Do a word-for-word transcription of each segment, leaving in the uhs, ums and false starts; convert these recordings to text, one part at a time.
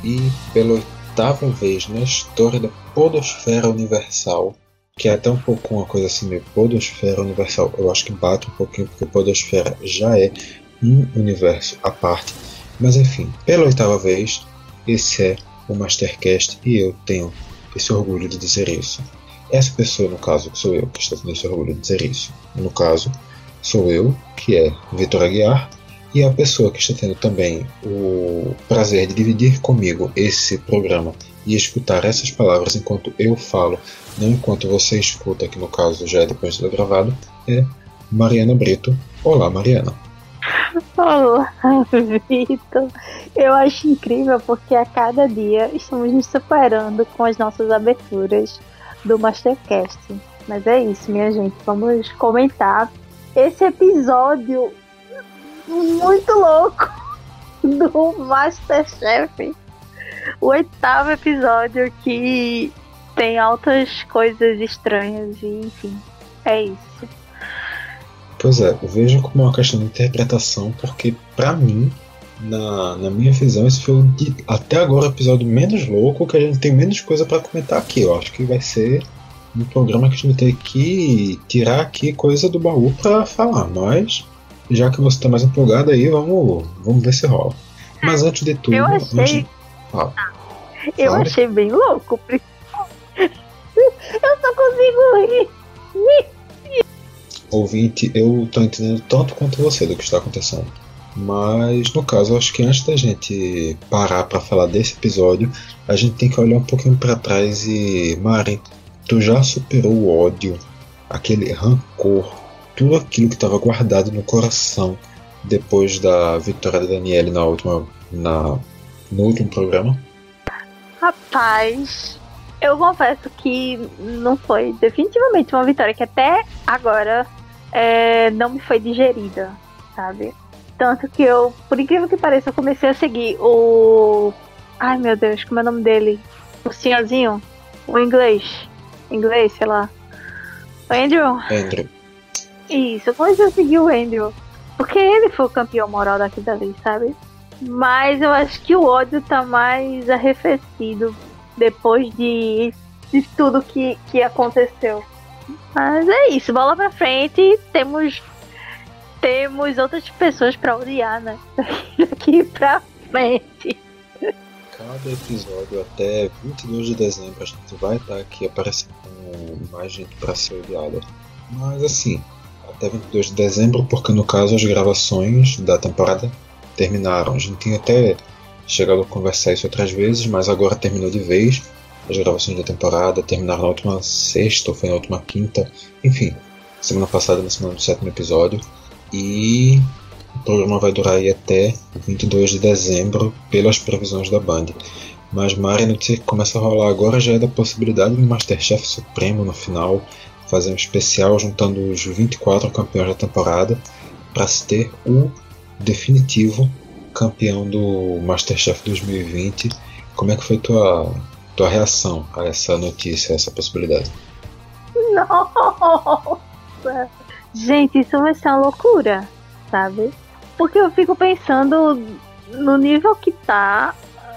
E pela oitava vez na história da Podosfera Universal, que é até um pouco uma coisa assim meio Podosfera Universal, eu acho que bate um pouquinho porque Podosfera já é um universo à parte, mas enfim, pela oitava vez, esse é o Mastercast e eu tenho esse orgulho de dizer isso. Essa pessoa, no caso, sou eu que estou tendo esse orgulho de dizer isso. No caso, sou eu, que é Vitor Aguiar, e a pessoa que está tendo também o prazer de dividir comigo esse programa e escutar essas palavras enquanto eu falo, não enquanto você escuta, que no caso já é depois de ter gravado, é Mariana Brito. Olá, Mariana. Olá, Vitor. Eu acho incrível porque a cada dia estamos nos superando com as nossas aberturas do Mastercast. Mas é isso, minha gente. Vamos comentar esse episódio muito louco do Masterchef. O oitavo episódio que tem altas coisas estranhas e enfim, é isso. Pois é, vejo como uma questão de interpretação, porque pra mim, na, na minha visão, esse foi o de, até agora o episódio menos louco, que a gente tem menos coisa pra comentar aqui. Eu acho que vai ser um programa que a gente vai ter que tirar aqui coisa do baú pra falar, mas já que você tá mais empolgado aí, vamos, vamos ver se rola. Mas antes de tudo... Eu achei... Antes... Ah, eu fale. achei bem louco. Eu só consigo rir. Ouvinte, eu tô entendendo tanto quanto você do que está acontecendo. Mas, no caso, eu acho que antes da gente parar para falar desse episódio, a gente tem que olhar um pouquinho para trás e... Mari, tu já superou o ódio, aquele rancor, tudo aquilo que estava guardado no coração depois da vitória da Daniele na última, na, no último programa? Rapaz, eu confesso que não foi definitivamente uma vitória que até agora é, não me foi digerida, sabe? Tanto que eu, por incrível que pareça, eu comecei a seguir o... Ai meu Deus, como é o nome dele? O senhorzinho? O inglês. Inglês, sei lá. O Andrew? Andrew. Isso, eu comecei a seguir o Andrew. Porque ele foi o campeão moral daqui dali, sabe? Mas eu acho que o ódio tá mais arrefecido depois de, de tudo que, que aconteceu. Mas é isso, bola pra frente. Temos, temos outras pessoas pra odiar, né? Daqui pra frente. Cada episódio até vinte e dois de dezembro a gente vai estar aqui aparecendo com mais gente pra ser odiada. Mas assim, até vinte e dois de dezembro, porque no caso as gravações da temporada terminaram. A gente tinha até chegado a conversar isso outras vezes, mas agora terminou de vez. As gravações da temporada terminaram na última sexta ou foi na última quinta. Enfim, semana passada, na semana do sétimo episódio. E o programa vai durar aí até vinte e dois de dezembro, pelas previsões da Band. Mas Mari, a notícia que começa a rolar agora já é da possibilidade do Masterchef Supremo no final fazer um especial juntando os vinte e quatro campeões da temporada para se ter o definitivo campeão do Masterchef dois mil e vinte. Como é que foi tua, tua reação a essa notícia, a essa possibilidade? Nossa! Gente, isso vai ser uma loucura, sabe? Porque eu fico pensando no nível que tá.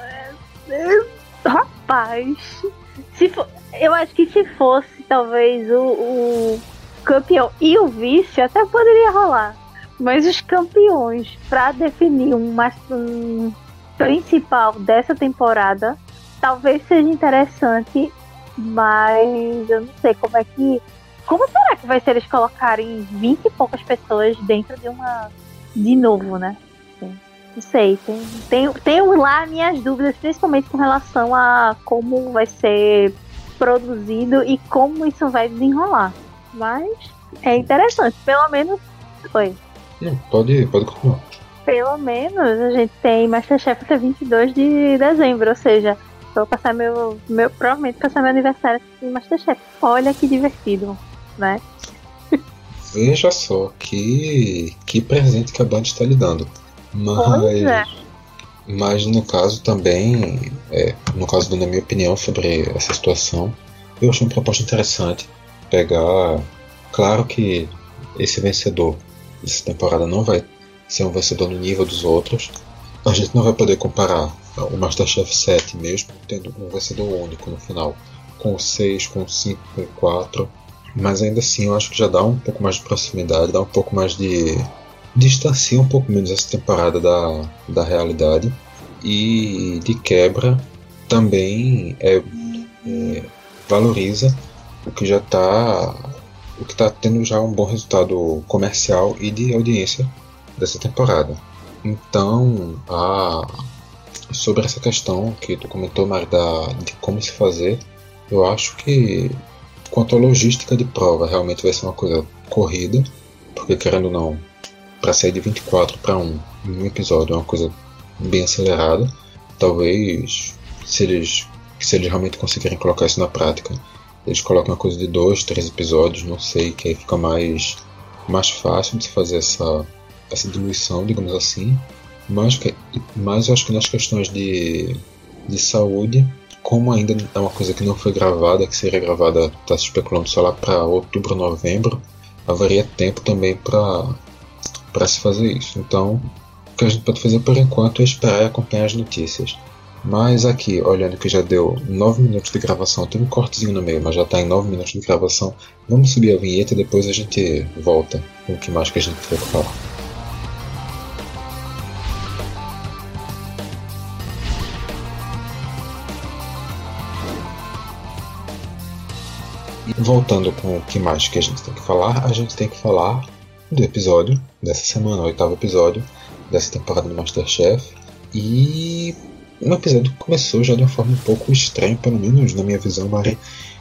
Rapaz, se for, eu acho que se fosse talvez o, o campeão e o vice até poderia rolar. Mas os campeões, pra definir um, um principal dessa temporada, talvez seja interessante, mas eu não sei como é que. Como será que vai ser eles colocarem vinte e poucas pessoas dentro de uma. De novo, né? Não sei, tem, tem, tenho lá minhas dúvidas, principalmente com relação a como vai ser produzido e como isso vai desenrolar. Mas é interessante, pelo menos foi. Não, pode, pode continuar. Pelo menos a gente tem Masterchef até vinte e dois de dezembro, ou seja, vou passar meu, meu provavelmente passar meu aniversário em Masterchef. Olha que divertido, né? Veja só que, que presente que a Band está lhe dando. Pois é. Mas, mas no caso também, é, no caso dando a minha opinião sobre essa situação, eu achei uma proposta interessante. Pegar, claro que esse vencedor dessa temporada não vai ser um vencedor no nível dos outros. A gente não vai poder comparar o MasterChef sete, mesmo tendo um vencedor único no final, com o seis, com o cinco, com o quatro. Mas ainda assim eu acho que já dá um pouco mais de proximidade, dá um pouco mais de... distancia um pouco menos essa temporada da, da realidade. E de quebra também é, é, valoriza o que já está o que está tendo já um bom resultado comercial e de audiência dessa temporada. Então, a, sobre essa questão que tu comentou, Mari, da, de como se fazer, eu acho que quanto à logística de prova, realmente vai ser uma coisa corrida, porque querendo ou não, para sair de vinte e quatro para um em um episódio é uma coisa bem acelerada. Talvez, se eles, se eles realmente conseguirem colocar isso na prática, eles colocam uma coisa de dois, três episódios, não sei, que aí fica mais, mais fácil de se fazer essa, essa diluição, digamos assim. Mas, mas eu acho que nas questões de, de saúde, como ainda é uma coisa que não foi gravada, que seria gravada, está se especulando só lá para outubro, novembro, haveria tempo também para se fazer isso. Então, o que a gente pode fazer por enquanto é esperar e acompanhar as notícias. Mas aqui, olhando que já deu nove minutos de gravação, tem um cortezinho no meio, mas já está em nove minutos de gravação. Vamos subir a vinheta e depois a gente volta com o que mais que a gente tem que falar. E voltando com o que mais que a gente tem que falar, a gente tem que falar do episódio dessa semana, o oitavo episódio dessa temporada do MasterChef. E um episódio que começou já de uma forma um pouco estranha, pelo menos na minha visão, Mari.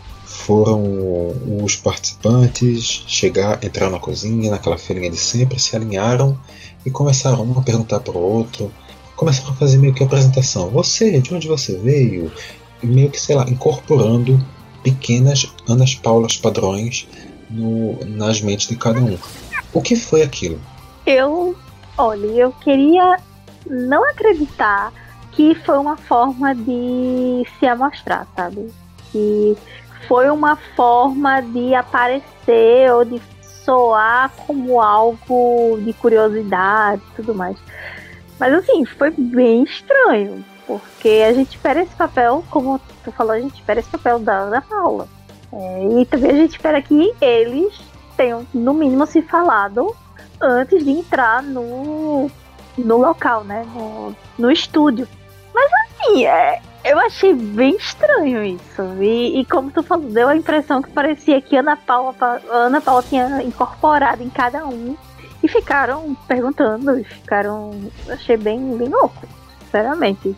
Foram os participantes chegar, entrar na cozinha, naquela filinha de sempre, se alinharam e começaram um a perguntar para o outro, começaram a fazer meio que a apresentação. Você, de onde você veio? E meio que, sei lá, incorporando pequenas Anas Paulas padrões no, nas mentes de cada um. O que foi aquilo? Eu, olha, eu queria não acreditar que foi uma forma de se amostrar, sabe? Que foi uma forma de aparecer ou de soar como algo de curiosidade e tudo mais. Mas assim, foi bem estranho, porque a gente espera esse papel, como tu falou, a gente espera esse papel da Ana Paula. É, e também a gente espera que eles tenham, no mínimo, se falado antes de entrar no, no local, né? No, no estúdio. Mas assim, é, eu achei bem estranho isso. E, e como tu falou, deu a impressão que parecia que Ana Paula, Ana Paula tinha incorporado em cada um. E ficaram perguntando, e ficaram... Achei bem, bem louco, sinceramente.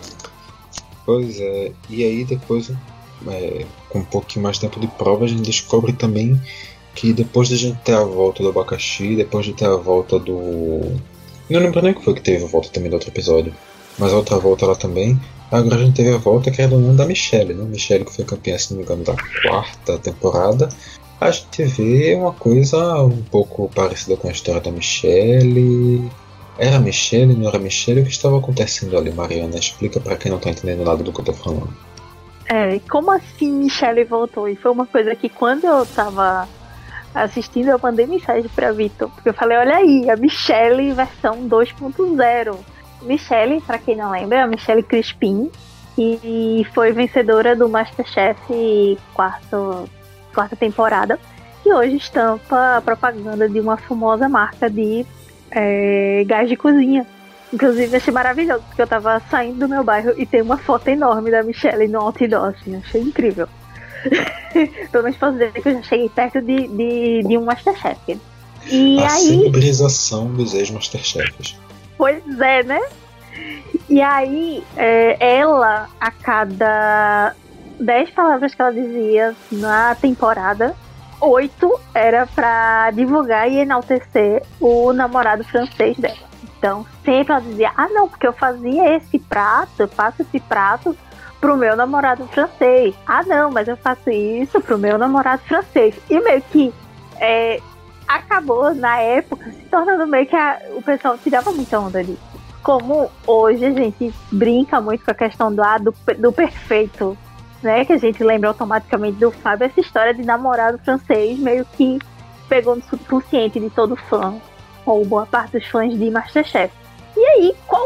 Pois é, e aí depois, é, com um pouquinho mais tempo de prova, a gente descobre também que depois de a gente ter a volta do abacaxi, depois de ter a volta do... Não lembro nem o que foi que teve a volta também do outro episódio, mas a outra volta lá também, agora a gente teve a volta que era do nome da Michelle, né? Michelle que foi campeã, se não me engano, da quarta temporada. A gente vê uma coisa um pouco parecida com a história da Michelle. Era Michelle, não era Michelle? O que estava acontecendo ali, Mariana? Explica pra quem não tá entendendo nada do que eu tô falando. É, como assim Michelle voltou? E foi uma coisa que quando eu tava assistindo, eu mandei mensagem pra Vitor, porque eu falei, olha aí, a Michelle versão dois ponto zero. Michelle, pra quem não lembra, é a Michelle Crispin, que foi vencedora do MasterChef quarto, quarta temporada, e hoje estampa a propaganda de uma famosa marca de é, gás de cozinha. Inclusive achei maravilhoso, porque eu tava saindo do meu bairro e tem uma foto enorme da Michelle no outdoor, assim, achei incrível. Pelo menos posso dizer que eu já cheguei perto de, de, de um Masterchef. E a aí... celebrização dos ex-Masterchefs. Pois é, né? E aí, é, ela, a cada dez palavras que ela dizia na temporada, oito era pra divulgar e enaltecer o namorado francês dela. Então, sempre ela dizia, ah não, porque eu fazia esse prato, eu faço esse prato pro meu namorado francês. Ah não, mas eu faço isso pro meu namorado francês. E meio que é, acabou, na época, se tornando meio que a, o pessoal tirava muita onda disso. Como hoje a gente brinca muito com a questão do, ah, do, do perfeito, né? Que a gente lembra automaticamente do Fábio, essa história de namorado francês meio que pegou no subconsciente de todo fã, ou boa parte dos fãs de MasterChef. E aí, qual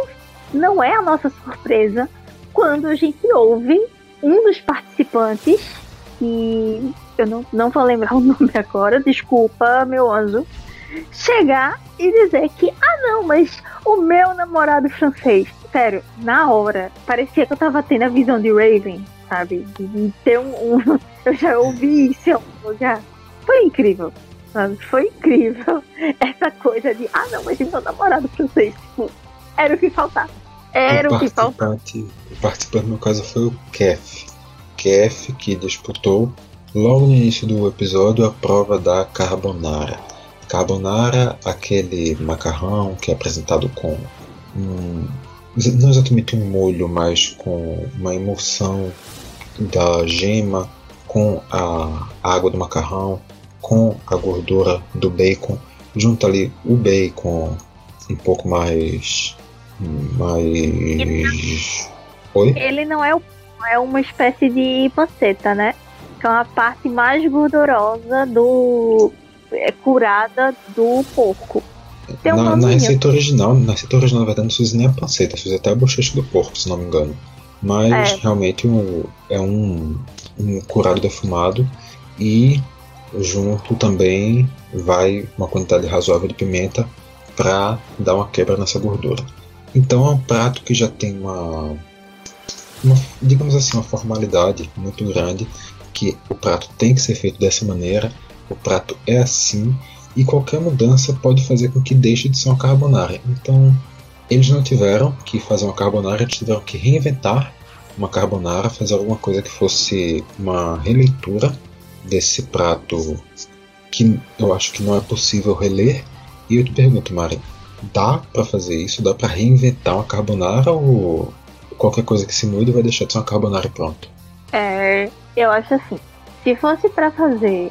não é a nossa surpresa quando a gente ouve um dos participantes, que eu não, não vou lembrar o nome agora, desculpa, meu anjo, chegar e dizer que, ah não, mas o meu namorado francês, sério, na hora, parecia que eu tava tendo a visão de Raven, sabe? De ter um, um eu já ouvi isso em algum lugar. Foi incrível, sabe? Foi incrível essa coisa de, ah não, mas meu namorado francês, tipo, era o que faltava. Era o, o que faltava. O participante, no caso, foi o Kef. Kef, que disputou logo no início do episódio a prova da carbonara. Carbonara, aquele macarrão que é apresentado com um, não exatamente um molho, mas com uma emulsão da gema, com a água do macarrão, com a gordura do bacon, junto ali o bacon um pouco mais mais Oi? Ele não é, o, é uma espécie de panceta, né? Que é uma parte mais gordurosa do é, curada do porco. Tem um na, na receita original, na receita original, na verdade, não se usa nem a panceta, se usa até a bochecha do porco, se não me engano. Mas é. realmente um, é um, um curado defumado e junto também vai uma quantidade razoável de pimenta para dar uma quebra nessa gordura. Então é um prato que já tem uma, uma, digamos assim, uma formalidade muito grande, que o prato tem que ser feito dessa maneira, o prato é assim, e qualquer mudança pode fazer com que deixe de ser uma carbonara. Então eles não tiveram que fazer uma carbonara, eles tiveram que reinventar uma carbonara, fazer alguma coisa que fosse uma releitura desse prato que eu acho que não é possível reler. E eu te pergunto, Mari, dá para fazer isso? Dá para reinventar uma carbonara ou qualquer coisa que se mude vai deixar de ser uma carbonara e pronto? É, eu acho assim, se fosse para fazer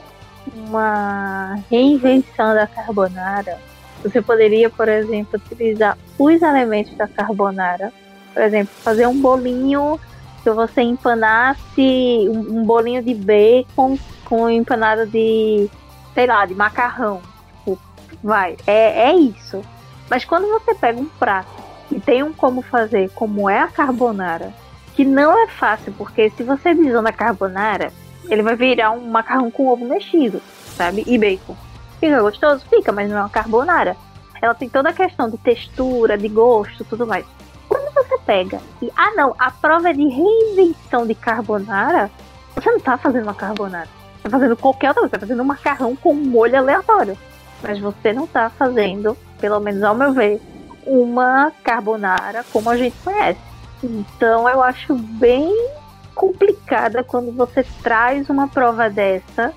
uma reinvenção da carbonara, você poderia, por exemplo, utilizar os elementos da carbonara. Por exemplo, fazer um bolinho, se você empanasse um, um bolinho de bacon com empanada de, sei lá, de macarrão. Tipo, vai, é, é isso. Mas quando você pega um prato e tem um como fazer, como é a carbonara, que não é fácil, porque se você desanda a carbonara, ele vai virar um macarrão com ovo mexido, sabe? E bacon. Fica gostoso? Fica, mas não é uma carbonara. Ela tem toda a questão de textura, de gosto, tudo mais. Quando você pega e, ah não, a prova é de reinvenção de carbonara, você não tá fazendo uma carbonara. Você tá fazendo qualquer outra coisa, você tá fazendo um macarrão com um molho aleatório. Mas você não tá fazendo, pelo menos ao meu ver, uma carbonara como a gente conhece. Então eu acho bem complicada quando você traz uma prova dessa,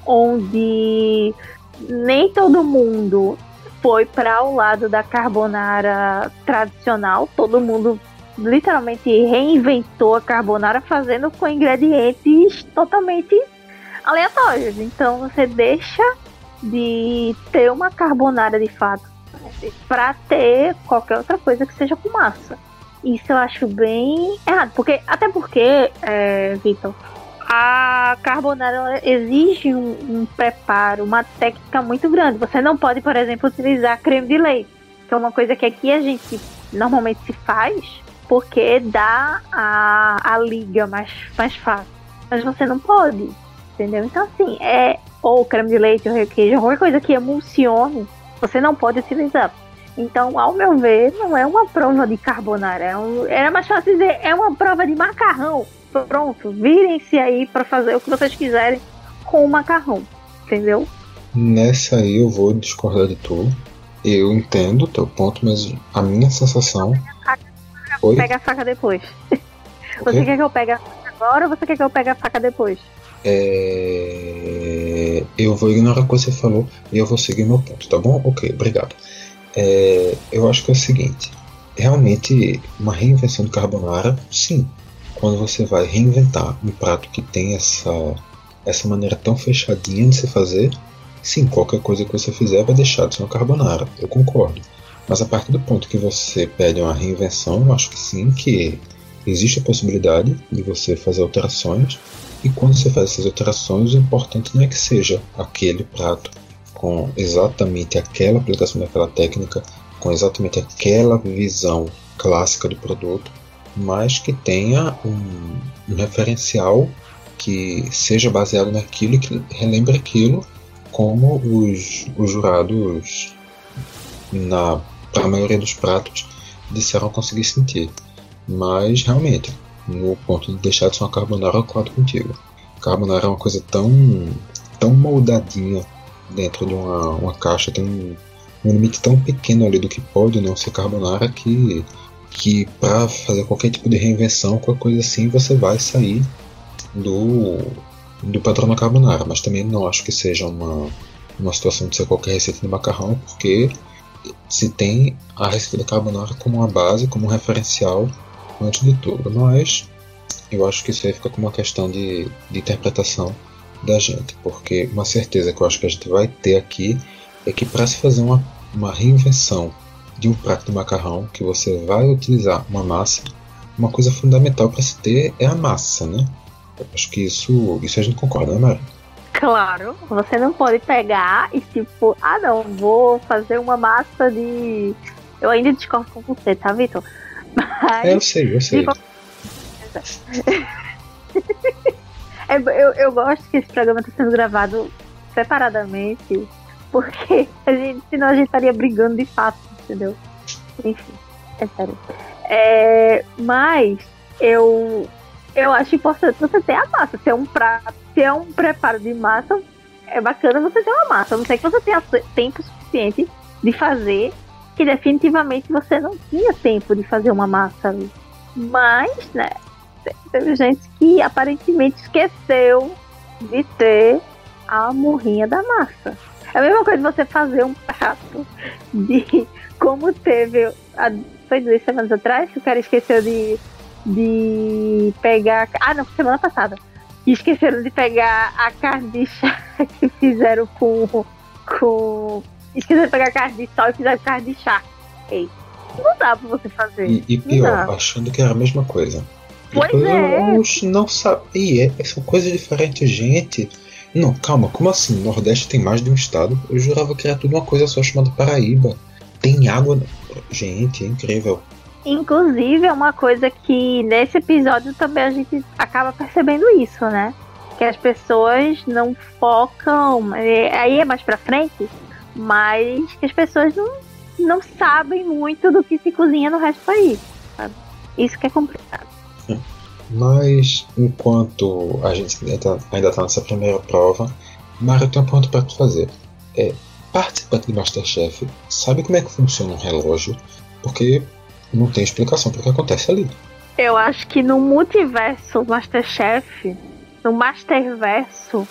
onde nem todo mundo foi para o lado da carbonara tradicional, todo mundo literalmente reinventou a carbonara fazendo com ingredientes totalmente aleatórios. Então você deixa de ter uma carbonara de fato para ter qualquer outra coisa que seja com massa. Isso eu acho bem errado, porque, até porque, é, Vitor, a carbonara exige um, um preparo, uma técnica muito grande. Você não pode, por exemplo, utilizar creme de leite, que é uma coisa que aqui a gente normalmente se faz, porque dá a, a liga mais, mais fácil. Mas você não pode, entendeu? Então, assim, é ou creme de leite ou requeijo, qualquer coisa que emulsione, você não pode utilizar. Então, ao meu ver, não é uma prova de carbonara. É um, era mais fácil dizer, é uma prova de macarrão. Pronto, virem-se aí para fazer o que vocês quiserem com o macarrão, entendeu? Nessa aí eu vou discordar de tu. Eu entendo o teu ponto, mas a minha sensação... Oi? Pega a faca depois. Você quer que eu pegue a faca agora ou você quer que eu pegue a faca depois? É... Eu vou ignorar o que você falou e eu vou seguir meu ponto, tá bom? Ok, obrigado. É... Eu acho que é o seguinte, realmente uma reinvenção do carbonara, sim. Quando você vai reinventar um prato que tem essa, essa maneira tão fechadinha de se fazer, sim, qualquer coisa que você fizer vai deixar de ser uma carbonara, eu concordo. Mas a partir do ponto que você pede uma reinvenção, eu acho que sim, que existe a possibilidade de você fazer alterações, e quando você faz essas alterações, o importante não é que seja aquele prato com exatamente aquela aplicação daquela técnica, com exatamente aquela visão clássica do produto, mas que tenha um, um referencial que seja baseado naquilo e que relembre aquilo, como os, os jurados, para a maioria dos pratos, disseram conseguir sentir. Mas realmente, no ponto de deixar de ser uma carbonara, eu concordo contigo. Carbonara é uma coisa tão, tão moldadinha dentro de uma, uma caixa, tem um, um limite tão pequeno ali do que pode não ser carbonara, que, que para fazer qualquer tipo de reinvenção, qualquer coisa assim, você vai sair do, do padrão da carbonara. Mas também não acho que seja uma, uma situação de ser qualquer receita de macarrão, porque se tem a receita da carbonara como uma base, como um referencial antes de tudo. Mas eu acho que isso aí fica como uma questão de, de interpretação da gente, porque uma certeza que eu acho que a gente vai ter aqui é que para se fazer uma, uma reinvenção de um prato de macarrão, que você vai utilizar uma massa, uma coisa fundamental para se ter é a massa, né? Eu acho que isso, isso a gente concorda, né, Mari? Claro, você não pode pegar e tipo, ah não, vou fazer uma massa de... Eu ainda discordo com você, tá, Vitor? Mas... É, eu sei, eu sei. eu, eu gosto que esse programa está sendo gravado separadamente, porque a gente, senão a gente estaria brigando de fato, entendeu? Enfim, é sério. É, mas eu, eu acho importante você ter a massa. Se é um prato, se é um preparo de massa, é bacana você ter uma massa. A não sei que você tenha tempo suficiente de fazer, que definitivamente você não tinha tempo de fazer uma massa ali. Mas, né, teve gente que aparentemente esqueceu de ter a morrinha da massa. É a mesma coisa de você fazer um prato de... Como teve... A, foi duas semanas atrás que o cara esqueceu de, de pegar... Ah, não, foi semana passada. E esqueceram de pegar a carne de chá que fizeram com... com esqueceram de pegar a carne de sol e fizeram carne de chá. Ei, não dá pra você fazer. E, e pior, achando que era a mesma coisa. Pois Depois é. Eu não sabia. É, são coisas diferentes, gente. Não, calma, como assim? O Nordeste tem mais de um estado? Eu jurava que era tudo uma coisa só chamada Paraíba. Tem água. Gente, é incrível. Inclusive, é uma coisa que nesse episódio também a gente acaba percebendo isso, né? Que as pessoas não focam. Aí é mais pra frente, mas que as pessoas não, não sabem muito do que se cozinha no resto do país, sabe? Isso que é complicado. Mas, enquanto a gente ainda está nessa primeira prova, Mara, eu tenho uma pergunta para te fazer. É, participante de Masterchef, sabe como é que funciona um relógio? Porque não tem explicação para o que acontece ali. Eu acho que no multiverso Masterchef, no Masterverso,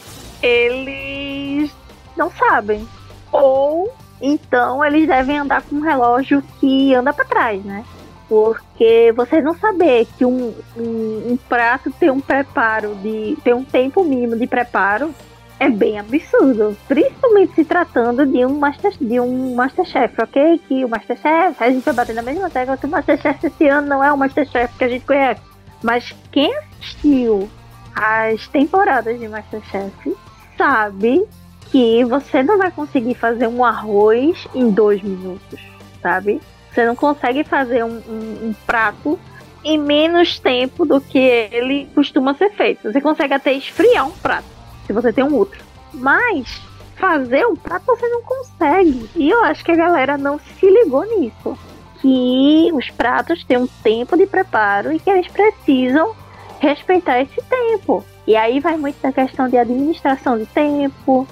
eles não sabem. Ou, então, eles devem andar com um relógio que anda para trás, né? Porque você não saber que um, um, um prato tem um preparo de. Tem um tempo mínimo de preparo é bem absurdo. Principalmente se tratando de um, master, de um Masterchef, ok? Que o Masterchef, a gente vai bater na mesma tecla que o Masterchef esse ano não é o Masterchef que a gente conhece. Mas quem assistiu as temporadas de Masterchef sabe que você não vai conseguir fazer um arroz em dois minutos, sabe? Você não consegue fazer um, um, um prato em menos tempo do que ele costuma ser feito. Você consegue até esfriar um prato, se você tem um outro. Mas fazer um prato você não consegue. E eu acho que a galera não se ligou nisso. Que os pratos têm um tempo de preparo e que eles precisam respeitar esse tempo. E aí vai muito da questão de administração de tempo,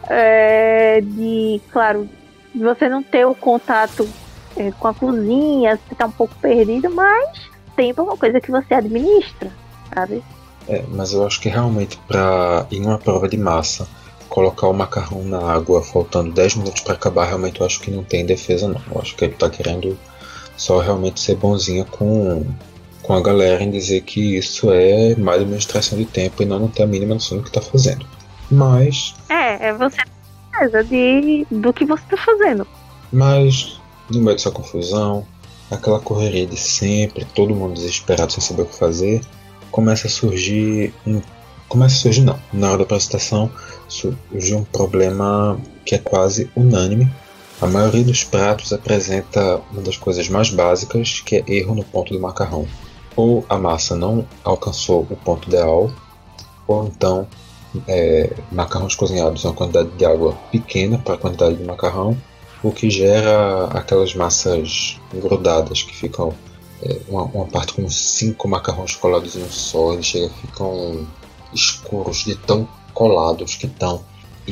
é, de, claro, você não ter o contato com a cozinha, você tá um pouco perdido, mas tempo é uma coisa que você administra, sabe? É, mas eu acho que realmente para ir numa prova de massa, colocar o macarrão na água faltando dez minutos para acabar, realmente eu acho que não tem defesa não. Eu acho que ele tá querendo só realmente ser bonzinha com, com a galera em dizer que isso é má administração de tempo e não, não ter a mínima noção do que tá fazendo. Mas... É, é você precisa de, do que você tá fazendo. Mas... no meio dessa confusão, aquela correria de sempre, todo mundo desesperado sem saber o que fazer, começa a surgir um... Começa a surgir não, na hora da apresentação surgiu um problema que é quase unânime, A maioria dos pratos apresenta uma das coisas mais básicas, que é erro no ponto do macarrão. Ou a massa não alcançou o ponto ideal, ou então é, macarrões cozinhados em uma quantidade de água pequena para a quantidade de macarrão, o que gera aquelas massas grudadas que ficam é, uma, uma parte com cinco macarrões colados em um só, eles chegam, ficam escuros de tão colados que estão.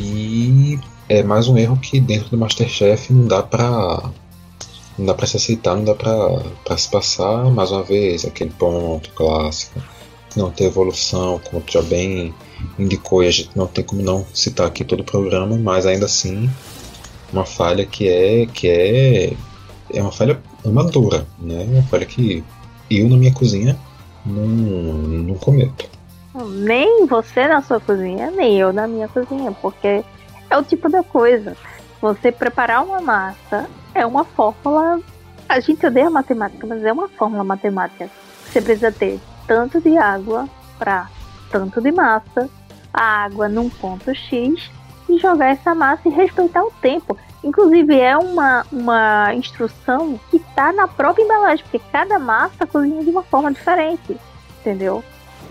E é mais um erro que dentro do MasterChef não dá para não dá para se aceitar, não dá para se passar. Mais uma vez, aquele ponto clássico, não ter evolução, como tu já bem indicou, e a gente não tem como não citar aqui todo o programa, mas ainda assim uma falha que é que é é uma falha madura, né? Uma falha que eu na minha cozinha não, não cometo. Nem você na sua cozinha, nem eu na minha cozinha, porque é o tipo da coisa. Você preparar uma massa é uma fórmula. A gente odeia matemática, mas é uma fórmula matemática. Você precisa ter tanto de água para tanto de massa, a água num ponto X, e jogar essa massa e respeitar o tempo. Inclusive é uma, uma instrução que está na própria embalagem, porque cada massa cozinha de uma forma diferente, entendeu?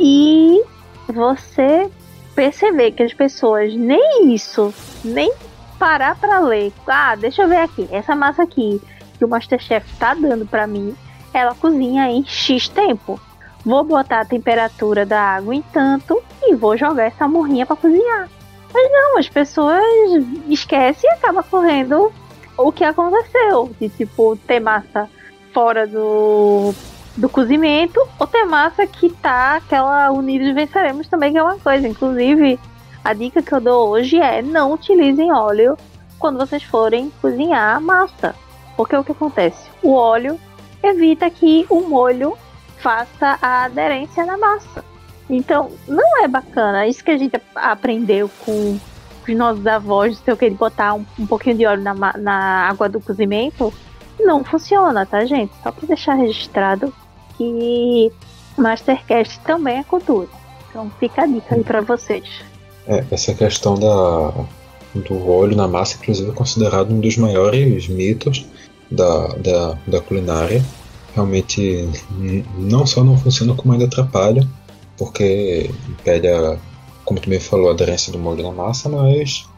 E você perceber que as pessoas nem isso, nem parar para ler, ah, deixa eu ver aqui, essa massa aqui que o MasterChef tá dando para mim, ela cozinha em X tempo. Vou botar a temperatura da água em tanto e vou jogar essa morrinha para cozinhar. Mas não, as pessoas esquecem e acabam correndo o que aconteceu, de tipo ter massa fora do do cozimento, ou ter massa que tá aquela unidos venceremos também, que é uma coisa. Inclusive, a dica que eu dou hoje é: não utilizem óleo quando vocês forem cozinhar a massa, porque o que acontece? O óleo evita que o molho faça a aderência na massa. Então, não é bacana. Isso que a gente aprendeu com os nossos avós, não sei o que, de botar um, um pouquinho de óleo na, na água do cozimento, não funciona, tá, gente? Só para deixar registrado que MasterCast também é cultura. Então fica a dica aí pra vocês. É, essa questão da, do óleo na massa, inclusive, é considerado um dos maiores mitos da, da, da culinária. Realmente não só não funciona, como ainda atrapalha, porque impede, a, como tu bem falou, a aderência do molho na massa, mas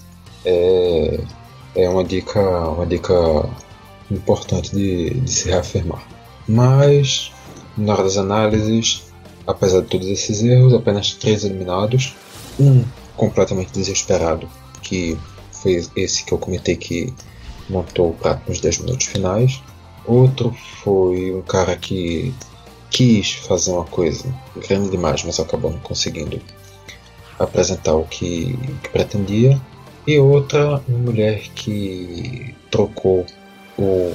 é, é uma dica, uma dica importante de, de se reafirmar. Mas, na hora das análises, apesar de todos esses erros, apenas três eliminados. Um completamente desesperado, que foi esse que eu comentei, que montou o prato nos dez minutos finais. Outro foi um cara que quis fazer uma coisa grande demais, mas acabou não conseguindo apresentar o que, que pretendia. E outra, uma mulher que trocou o...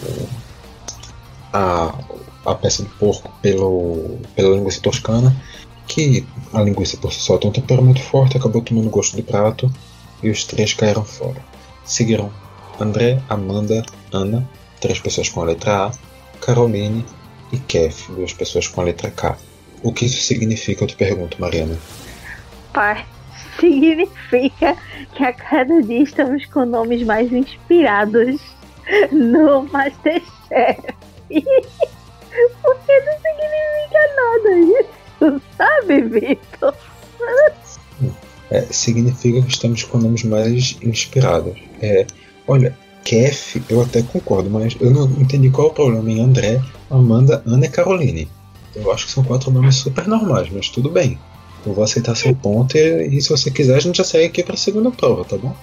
A, a peça de porco pelo, pela linguiça toscana, que a linguiça por si só tem um temperamento forte, acabou tomando gosto do prato e os três caíram fora. Seguiram André, Amanda, Ana, três pessoas com a letra A, Caroline e Kef, duas pessoas com a letra K. O que isso significa, eu te pergunto, Mariana? Pai, significa que a cada dia estamos com nomes mais inspirados no MasterChef. Porque não significa nada isso, sabe, Vitor? É, significa que estamos com nomes mais inspirados. É, olha, Kef, eu até concordo, mas eu não entendi qual é o problema em André, Amanda, Ana e Caroline. Eu acho que são quatro nomes super normais, mas tudo bem. Eu vou aceitar seu ponto e, e se você quiser a gente já segue aqui para a segunda prova, tá bom?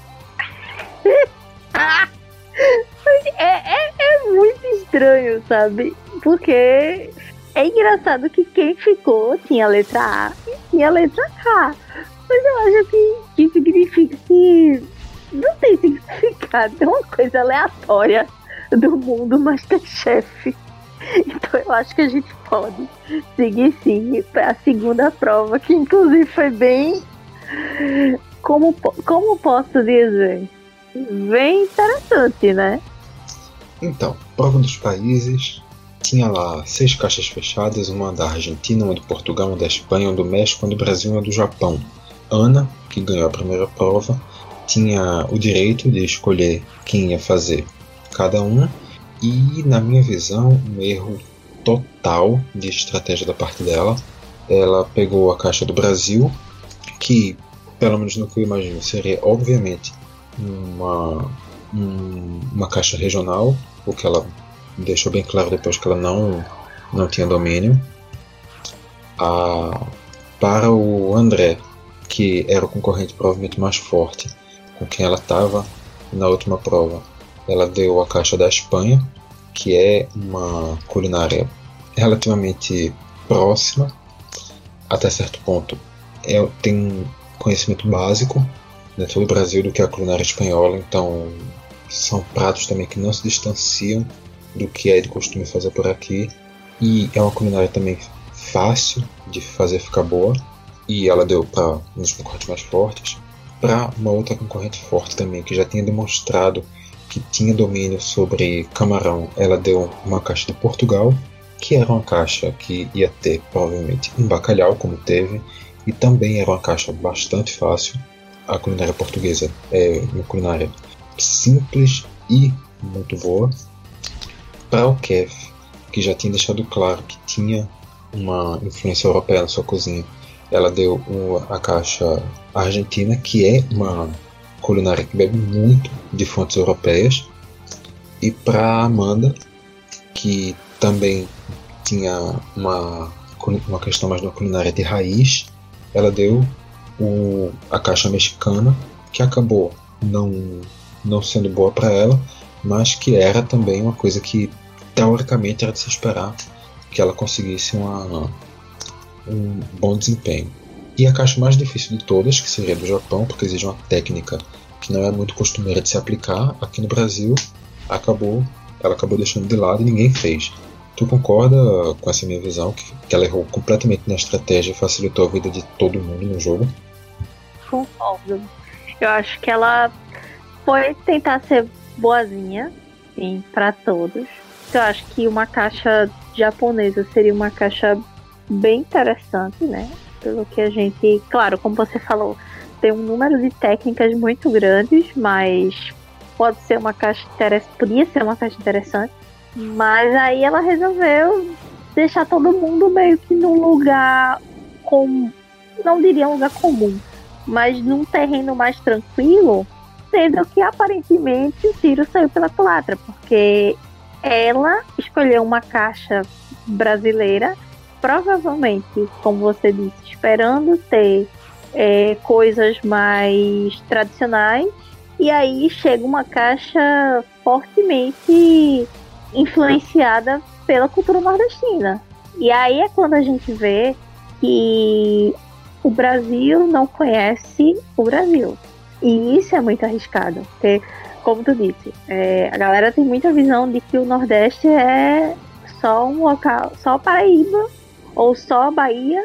É, é, é muito estranho, sabe? Porque é engraçado que quem ficou tinha a letra A e tinha a letra K. Mas eu acho que, que significa que não tem significado. É uma coisa aleatória do mundo MasterChef. Então eu acho que a gente pode seguir sim para a segunda prova, que inclusive foi bem... Como, como posso dizer? Bem interessante, né? Então, prova dos países, tinha lá seis caixas fechadas, uma da Argentina, uma do Portugal, uma da Espanha, uma do México, uma do Brasil e uma do Japão. Ana, que ganhou a primeira prova, tinha o direito de escolher quem ia fazer cada uma, e na minha visão, um erro total de estratégia da parte dela. Ela pegou a caixa do Brasil, que, pelo menos no que eu imagino, seria obviamente uma, um, uma caixa regional, o que ela deixou bem claro depois que ela não, não tinha domínio. A, para o André, que era o concorrente provavelmente mais forte com quem ela estava na última prova, ela deu a caixa da Espanha, que é uma culinária relativamente próxima, até certo ponto. É, tem um conhecimento básico dentro do Brasil do que é a culinária espanhola, então são pratos também que não se distanciam do que é de costume fazer por aqui, e é uma culinária também fácil de fazer ficar boa, e ela deu para um dos concorrentes mais fortes. Para uma outra concorrente forte também, que já tinha demonstrado que tinha domínio sobre camarão, ela deu uma caixa de Portugal, que era uma caixa que ia ter provavelmente um bacalhau, como teve, e também era uma caixa bastante fácil. A culinária portuguesa é uma culinária simples e muito boa. Para o Kev, que já tinha deixado claro que tinha uma influência europeia na sua cozinha, ela deu uma, a caixa argentina, que é uma culinária que bebe muito de fontes europeias. E para a Amanda, que também tinha uma, uma questão mais de uma culinária de raiz, ela deu o, a caixa mexicana, que acabou não, não sendo boa para ela, mas que era também uma coisa que teoricamente era de se esperar que ela conseguisse uma, um bom desempenho. E a caixa mais difícil de todas, que seria do Japão, porque exige uma técnica que não é muito costumeira de se aplicar aqui no Brasil, acabou, ela acabou deixando de lado e ninguém fez. Tu concorda com essa minha visão, que, que ela errou completamente na estratégia e facilitou a vida de todo mundo no jogo? Concordo. Eu acho que ela foi tentar ser boazinha, sim, para todos. Eu acho que uma caixa japonesa seria uma caixa bem interessante, né? Pelo que a gente, claro, como você falou, tem um número de técnicas muito grandes, mas pode ser uma caixa interessante, podia ser uma caixa interessante, mas aí ela resolveu deixar todo mundo meio que num lugar com, não diria um lugar comum, mas num terreno mais tranquilo, sendo que aparentemente o tiro saiu pela culatra, porque ela escolheu uma caixa brasileira, provavelmente, como você disse, esperando ter é, coisas mais tradicionais, e aí chega uma caixa fortemente influenciada pela cultura nordestina. E aí é quando a gente vê que o Brasil não conhece o Brasil. E isso é muito arriscado, porque, como tu disse, é, a galera tem muita visão de que o Nordeste é só um local, só Paraíba, ou só Bahia,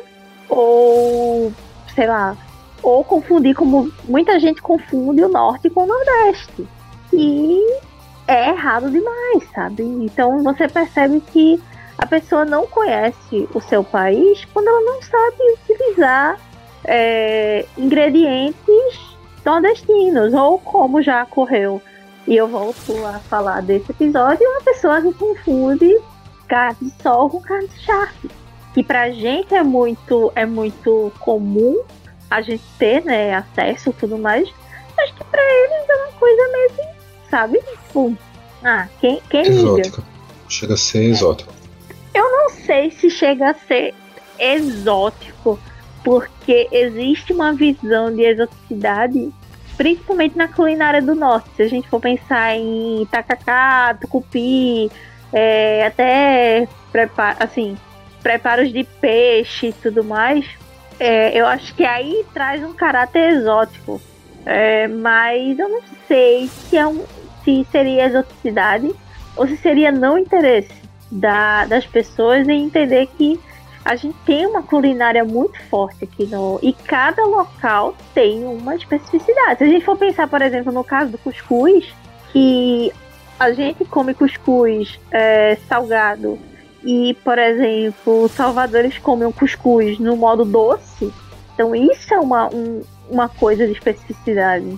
ou, sei lá, ou confundir, como muita gente confunde o Norte com o Nordeste. E é errado demais, sabe? Então você percebe que a pessoa não conhece o seu país quando ela não sabe utilizar é, ingredientes nordestinos, ou como já ocorreu, e eu volto a falar desse episódio, uma pessoa que confunde carne de sol com carne de charque, que pra gente é muito, é muito comum a gente ter, né, acesso e tudo mais, mas que pra eles é uma coisa meio, sabe, tipo, ah, quem, quem exótica. liga? Chega a ser exótico. Eu não sei se chega a ser exótico, porque existe uma visão de exoticidade, principalmente na culinária do norte. Se a gente for pensar em tacacá, tucupi, é, até prepara, assim, preparos de peixe e tudo mais, é, eu acho que aí traz um caráter exótico. É, mas eu não sei se, é um, se seria exoticidade ou se seria não interesse da, das pessoas em entender que a gente tem uma culinária muito forte aqui no... E cada local tem uma especificidade. Se a gente for pensar, por exemplo, no caso do cuscuz, que a gente come cuscuz é, salgado e, por exemplo, os salvadores comem um cuscuz no modo doce. Então isso é uma, um, uma coisa de especificidade.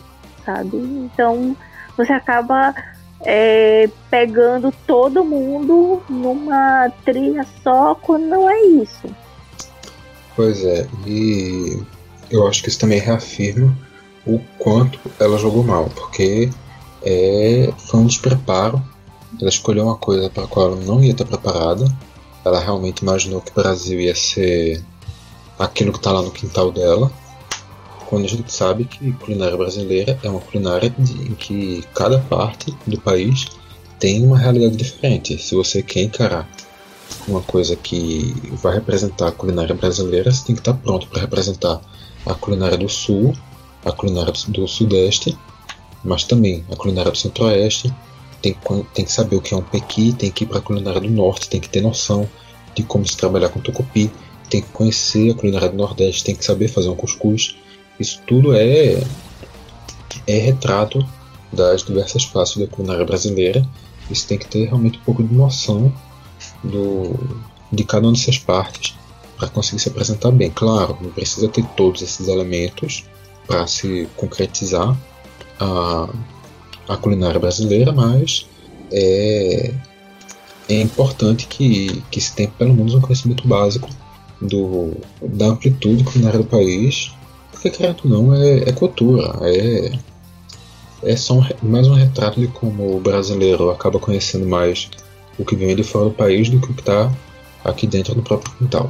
sabe? Então você acaba é, pegando todo mundo numa trilha só quando não é isso. Pois é, e eu acho que isso também reafirma o quanto ela jogou mal, porque é, foi um despreparo. Ela escolheu uma coisa para a qual ela não ia estar preparada. Ela realmente imaginou que o Brasil ia ser aquilo que está lá no quintal dela, quando a gente sabe que a culinária brasileira é uma culinária de, em que cada parte do país tem uma realidade diferente. Se você quer encarar uma coisa que vai representar a culinária brasileira, você tem que estar pronto para representar a culinária do Sul, a culinária do Sudeste, mas também a culinária do Centro-Oeste. Tem, tem que saber o que é um pequi, tem que ir para a culinária do Norte, tem que ter noção de como se trabalhar com tucupi, tem que conhecer a culinária do Nordeste, tem que saber fazer um cuscuz. Isso tudo é, é retrato das diversas faces da culinária brasileira. Isso tem que ter realmente um pouco de noção do, de cada uma dessas partes para conseguir se apresentar bem. Claro, não precisa ter todos esses elementos para se concretizar a, a culinária brasileira, mas é, é importante que, que se tenha pelo menos um conhecimento básico do, da amplitude culinária do país, porque, querendo ou não, é, é cultura, é, é só um, mais um retrato de como o brasileiro acaba conhecendo mais o que vem de fora do país do que o que está aqui dentro do próprio quintal.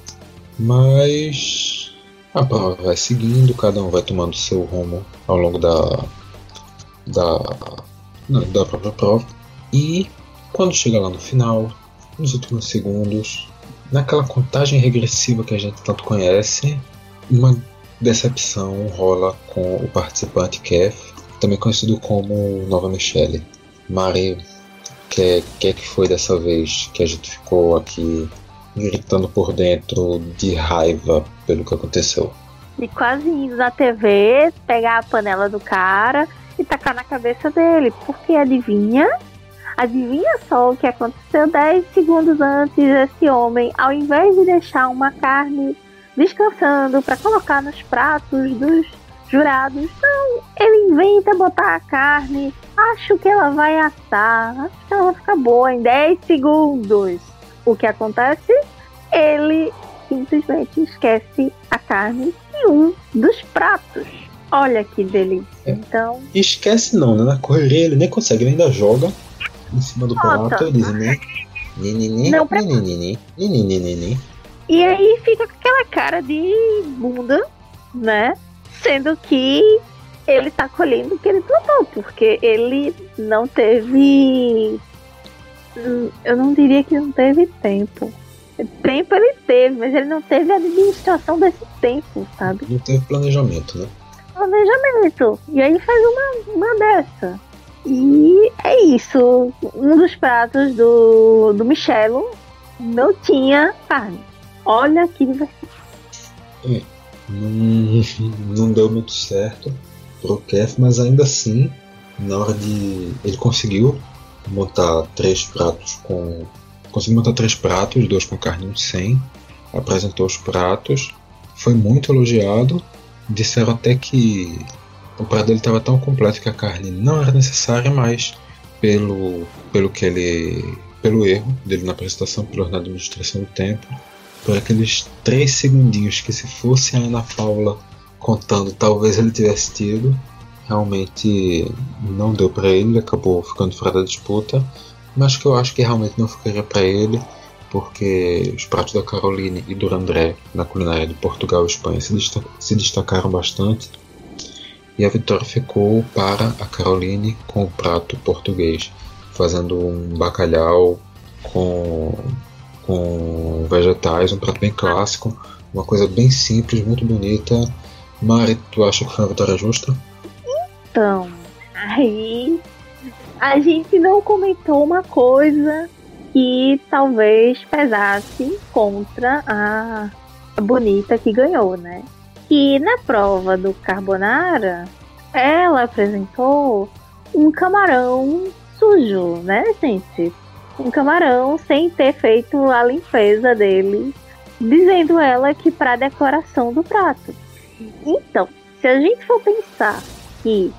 Mas a prova vai seguindo, cada um vai tomando seu rumo ao longo da, da, da própria prova, e quando chega lá no final, nos últimos segundos, naquela contagem regressiva que a gente tanto conhece, uma decepção rola com o participante Kef, também conhecido como Nova Michelle. Mari, o que, que que foi dessa vez que a gente ficou aqui gritando por dentro de raiva pelo que aconteceu? E quase indo na T V, pegar a panela do cara e tacar na cabeça dele, porque adivinha? Adivinha só o que aconteceu dez segundos antes. Esse homem, ao invés de deixar uma carne descansando para colocar nos pratos dos jurados, não, ele inventa botar a carne, acho que ela vai assar, acho que ela vai ficar boa em dez segundos. O que acontece? Ele simplesmente esquece a carne em um dos pratos. Olha que delícia. É. Então, esquece não, né? Na correria ele nem consegue, ele ainda joga em cima do prato e diz, né? Não, pra... E aí fica com aquela cara de bunda, né? Sendo que ele tá colhendo o que ele plantou, porque ele não teve... Eu não diria que não teve tempo. Tempo ele teve, mas ele não teve a administração desse tempo, sabe? Não teve planejamento, né? Planejamento. E aí faz uma, uma dessa. E é isso. Um dos pratos do, do Michelo não tinha carne. Olha que divertido. É, não, não deu muito certo pro Kef, mas ainda assim, na hora de... Ele conseguiu montar três pratos com... Conseguiu montar três pratos, dois com carne e um sem. Apresentou os pratos. Foi muito elogiado. Disseram até que o prato dele estava tão completo que a carne não era necessária, mas pelo, pelo que ele, pelo erro dele na apresentação, pela na administração do tempo, por aqueles três segundinhos que, se fosse a Ana Paula contando, talvez ele tivesse tido, realmente não deu para ele, ele acabou ficando fora da disputa, mas que eu acho que realmente não ficaria para ele, porque os pratos da Caroline e do André na culinária de Portugal e Espanha se, destac- se destacaram bastante, e a vitória ficou para a Caroline com o prato português, fazendo um bacalhau com, com vegetais, um prato bem clássico, uma coisa bem simples, muito bonita. Mari, tu acha que foi uma vitória justa? Então, aí a gente não comentou uma coisa que talvez pesasse contra a, a Bonita que ganhou, né? Que na prova do carbonara, ela apresentou um camarão sujo, né, gente? Um camarão sem ter feito a limpeza dele, dizendo ela que para decoração do prato. Então, se a gente for pensar que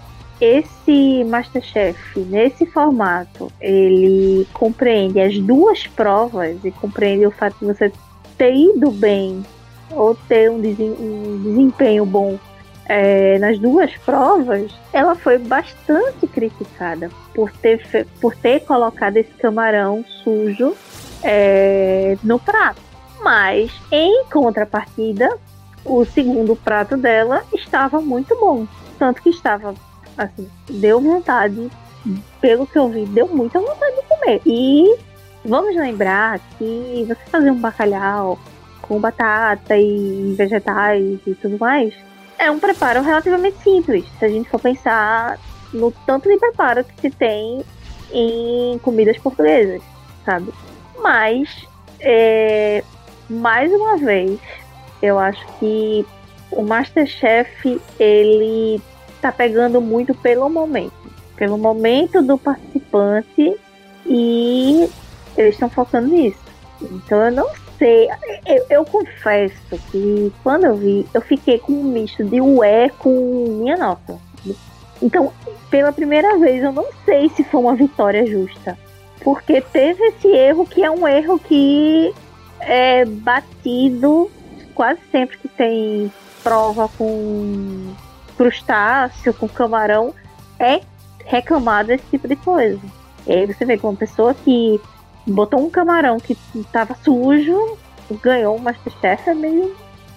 esse MasterChef, nesse formato, ele compreende as duas provas e compreende o fato de você ter ido bem ou ter um, desem- um desempenho bom é, nas duas provas, ela foi bastante criticada por ter, fe- por ter colocado esse camarão sujo é, no prato. Mas, em contrapartida, o segundo prato dela estava muito bom. Tanto que estava, assim, deu vontade, pelo que eu vi, deu muita vontade de comer. E vamos lembrar que você fazer um bacalhau com batata e vegetais e tudo mais é um preparo relativamente simples, se a gente for pensar no tanto de preparo que se tem em comidas portuguesas, sabe? Mas, é, mais uma vez, eu acho que o MasterChef, ele tá pegando muito pelo momento. Pelo momento do participante, e eles estão focando nisso. Então eu não sei. Eu, eu confesso que quando eu vi, eu fiquei com um misto de ué com minha nossa. Então, pela primeira vez, eu não sei se foi uma vitória justa. Porque teve esse erro que é um erro que é batido quase sempre que tem prova com crustáceo, com camarão, é reclamado desse tipo de coisa. E aí você vê que uma pessoa que botou um camarão que estava sujo, ganhou o MasterChef, é meio...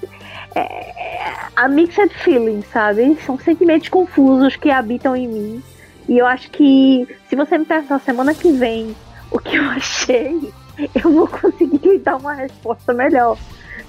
É, a mixed feeling, sabe? São sentimentos confusos que habitam em mim. E eu acho que se você me perguntar semana que vem o que eu achei, eu vou conseguir dar uma resposta melhor.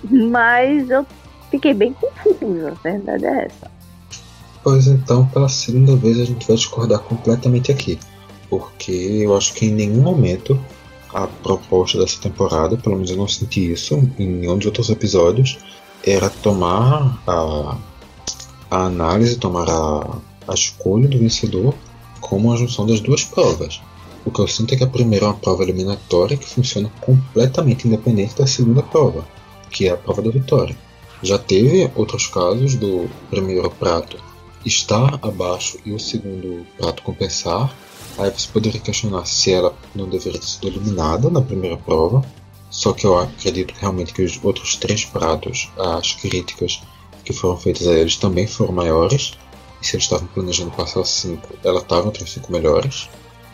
Mas eu fiquei bem confusa, a verdade é essa. Pois então, pela segunda vez a gente vai discordar completamente aqui. Porque eu acho que em nenhum momento a proposta dessa temporada, pelo menos eu não senti isso em nenhum dos outros episódios, era tomar a, a análise, tomar a, a escolha do vencedor como a junção das duas provas. O que eu sinto é que a primeira é uma prova eliminatória que funciona completamente independente da segunda prova, que é a prova da vitória. Já teve outros casos do primeiro prato estar abaixo e o segundo prato compensar. Aí você poderia questionar se ela não deveria ter sido eliminada na primeira prova. Só que eu acredito realmente que os outros três pratos, as críticas que foram feitas a eles também foram maiores. E se eles estavam planejando passar cinco, ela estava entre os cinco melhores.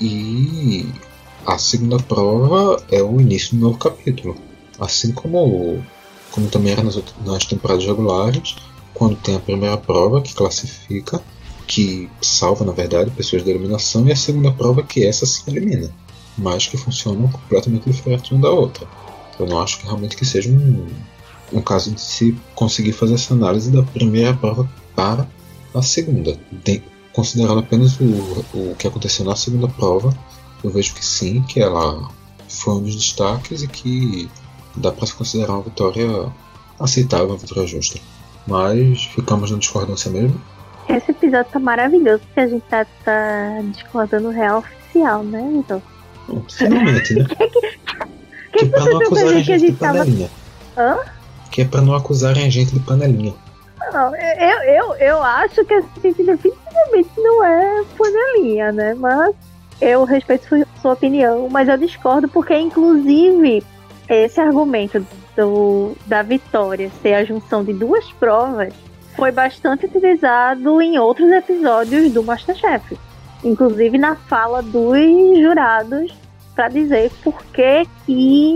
E a segunda prova é o início do novo capítulo. Assim como, como também era nas, outras, nas temporadas regulares, quando tem a primeira prova que classifica, que salva, na verdade, pessoas da eliminação, e a segunda prova que essa se elimina, mas que funcionam completamente diferentes uma da outra. Eu não acho que realmente que seja um, um caso de se conseguir fazer essa análise da primeira prova para a segunda. De, considerando apenas o, o que aconteceu na segunda prova, eu vejo que sim, que ela foi um dos destaques e que dá para se considerar uma vitória aceitável, uma vitória justa. Mas ficamos na discordância mesmo. Esse episódio tá maravilhoso, porque a gente tá, tá discordando real oficial, né, então? Finalmente, né? que, que, que, que pra não acusarem a gente de tava... panelinha. Hã? Que é pra não acusarem a gente de panelinha. Não, eu, eu, eu acho que a gente definitivamente não é panelinha, né? Mas eu respeito sua, sua opinião, mas eu discordo porque, inclusive, esse argumento do, da vitória ser a junção de duas provas foi bastante utilizado em outros episódios do MasterChef. Inclusive na fala dos jurados para dizer por que, que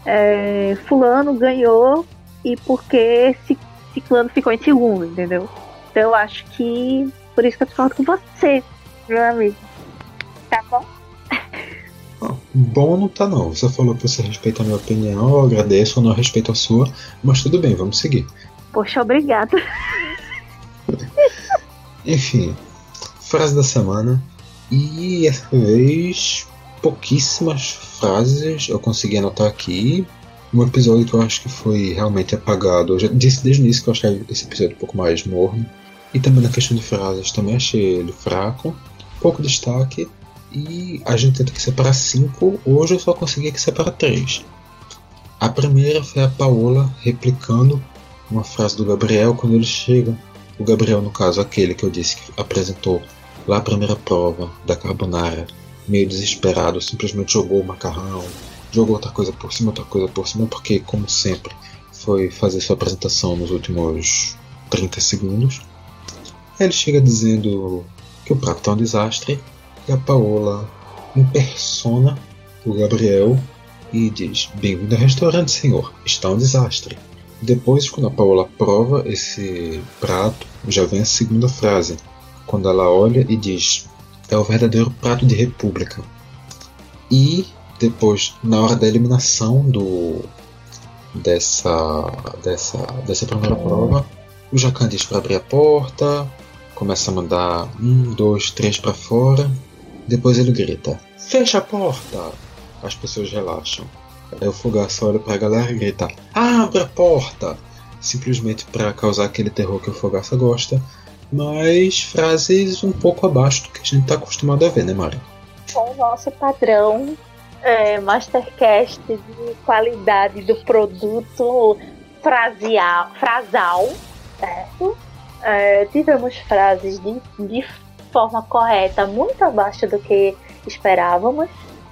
é, fulano ganhou e por que ciclano ficou em segundo, entendeu? Então eu acho que por isso que eu discordo com você, meu amigo. Tá bom? Bom não tá não. Você falou que você respeita a minha opinião, eu agradeço, eu não respeito a sua, mas tudo bem, vamos seguir. Poxa, obrigada. Enfim, frase da semana. E essa vez pouquíssimas frases eu consegui anotar aqui. Um episódio que eu acho que foi realmente apagado. Eu já disse desde o início que eu achei esse episódio um pouco mais morno. E também na questão de frases também achei ele fraco. Pouco destaque. E a gente tenta que separar cinco. Hoje eu só consegui aqui separar três. A primeira foi a Paola replicando uma frase do Gabriel quando eles chegam. O Gabriel, no caso, aquele que eu disse que apresentou lá a primeira prova da carbonara, meio desesperado, simplesmente jogou o macarrão, jogou outra coisa por cima, outra coisa por cima, porque, como sempre, foi fazer sua apresentação nos últimos trinta segundos. Ele chega dizendo que o prato está um desastre, e a Paola impersona o Gabriel e diz: bem-vindo ao restaurante, senhor, está um desastre. Depois, quando a Paola prova esse prato, já vem a segunda frase, quando ela olha e diz: é o verdadeiro prato de república. E depois, na hora da eliminação do, dessa, dessa, dessa primeira prova, o Jacan diz para abrir a porta, começa a mandar um, dois, três para fora. Depois ele grita: fecha a porta! As pessoas relaxam. Aí o Fogaça olha para a galera e grita: abre a porta! Simplesmente para causar aquele terror que o Fogaça gosta, mas frases um pouco abaixo do que a gente está acostumado a ver, né, Mari? Com o nosso padrão é, Mastercast de qualidade do produto frasial, frasal, certo? É, tivemos frases de, de forma correta muito abaixo do que esperávamos,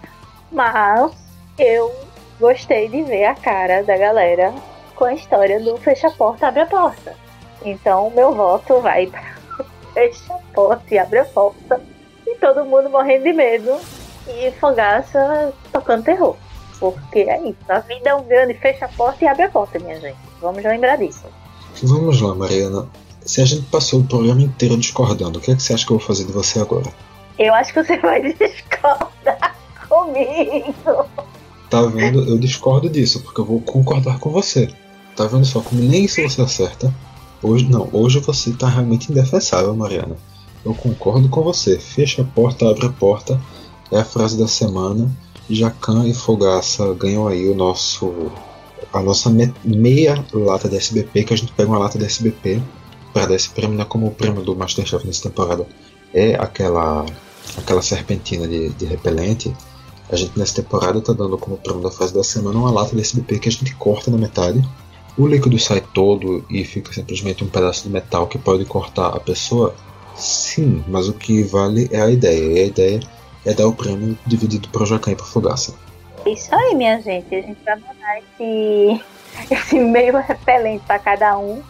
mas eu gostei de ver a cara da galera com a história do fecha a porta, abre a porta. Então meu voto vai para fecha a porta e abre a porta, e todo mundo morrendo de medo e Fogaça tocando terror, porque é isso, a vida é um grande fecha a porta e abre a porta, minha gente, vamos lembrar disso. Vamos lá, Mariana. Se a gente passou o programa inteiro discordando, o que é que você acha que eu vou fazer de você agora? Eu acho que você vai discordar comigo. Tá vendo? Eu discordo disso, porque eu vou concordar com você. Tá vendo só como nem isso você acerta? Hoje não, hoje você tá realmente indefensável, Mariana. Eu concordo com você. Fecha a porta, abre a porta. É a frase da semana. Jacan e Fogaça ganham aí o nosso... a nossa me- meia lata de S B P, que a gente pega uma lata de S B P para dar esse prêmio, né? Como o prêmio do Masterchef nessa temporada é aquela, aquela serpentina de, de repelente, a gente nessa temporada tá dando como prêmio da frase da semana uma lata de S B P que a gente corta na metade. O líquido sai todo e fica simplesmente um pedaço de metal que pode cortar a pessoa? Sim, mas o que vale é a ideia. E a ideia é dar o prêmio dividido para o Jacan e para Fogaça. Isso aí, minha gente. A gente vai mandar esse, esse meio repelente para cada um.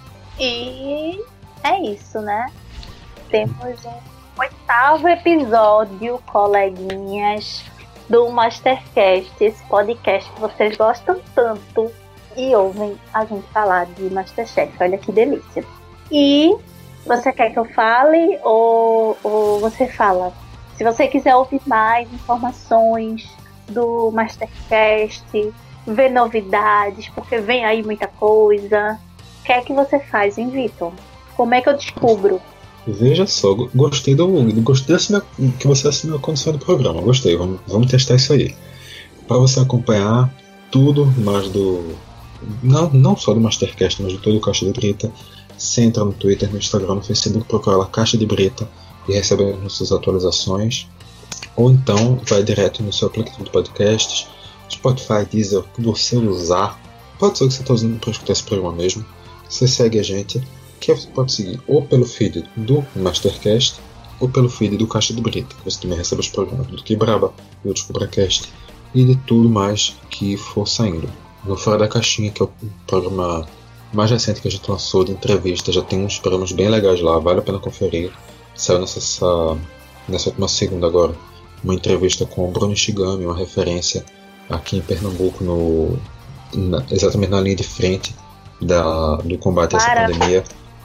E é isso, né? Temos um oitavo episódio, coleguinhas, do Mastercast. Esse podcast que vocês gostam tanto e ouvem a gente falar de Masterchef. Olha que delícia. E você quer que eu fale ou, ou você fala? Se você quiser ouvir mais informações do Mastercast, ver novidades, porque vem aí muita coisa, o que é que você faz, hein, Vitor? Como é que eu descubro? Veja só, gostei do gostei assim, que você assinou a condição do programa. Gostei, vamos, vamos testar isso aí. Para você acompanhar tudo mais do... Não, não só do Mastercast, mas de todo o Caixa de Brita, você entra no Twitter, no Instagram, no Facebook, procura lá Caixa de Brita e recebe as nossas atualizações. Ou então vai direto no seu aplicativo de podcasts, Spotify, Deezer, o que você usar. Pode ser o que você está usando para escutar esse programa mesmo. Você segue a gente, que você pode seguir ou pelo feed do Mastercast ou pelo feed do Caixa de Brita, que você também recebe os programas do Quebraba, do DescubraCast e de tudo mais que for saindo. No Fora da Caixinha, que é o programa mais recente que a gente lançou de entrevista, já tem uns programas bem legais lá, vale a pena conferir. Saiu nessa, nessa última segunda agora uma entrevista com o Bruno Shigami, uma referência aqui em Pernambuco, no, na, exatamente na linha de frente da, do combate a essa Para. pandemia.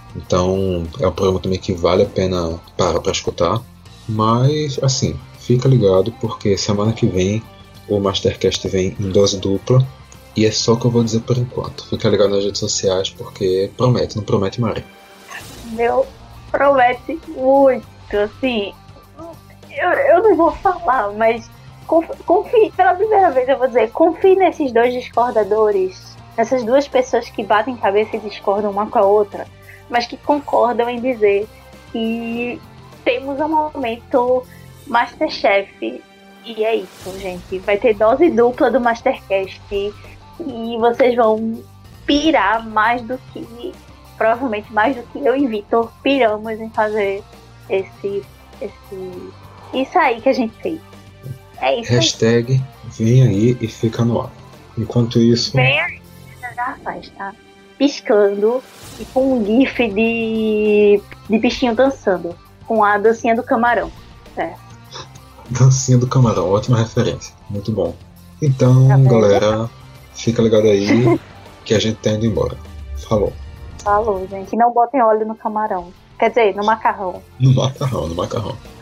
Então é um programa também que vale a pena parar para escutar. Mas assim, fica ligado porque semana que vem o Mastercast vem em dose dupla. E é só o que eu vou dizer por enquanto. Fica ligado nas redes sociais porque promete, não promete, Mari? Meu, promete muito, assim. Eu, eu não vou falar, mas confie, pela primeira vez eu vou dizer, confie nesses dois discordadores, nessas duas pessoas que batem cabeça e discordam uma com a outra, mas que concordam em dizer que temos um momento Masterchef. E é isso, gente. Vai ter dose dupla do Mastercast e vocês vão pirar mais do que, provavelmente mais do que eu e Vitor piramos em fazer esse, esse, isso aí que a gente fez. É isso. Hashtag aí. Vem aí e fica no ar. Enquanto isso. Vem aí, já faz, tá? Piscando e com um gif de, de bichinho dançando. Com a dancinha do camarão. É. Dancinha do camarão, ótima referência. Muito bom. Então, tá galera, fica ligado aí que a gente tá indo embora. Falou. Falou, gente. Não botem óleo no camarão. Quer dizer, no macarrão. No macarrão, no macarrão.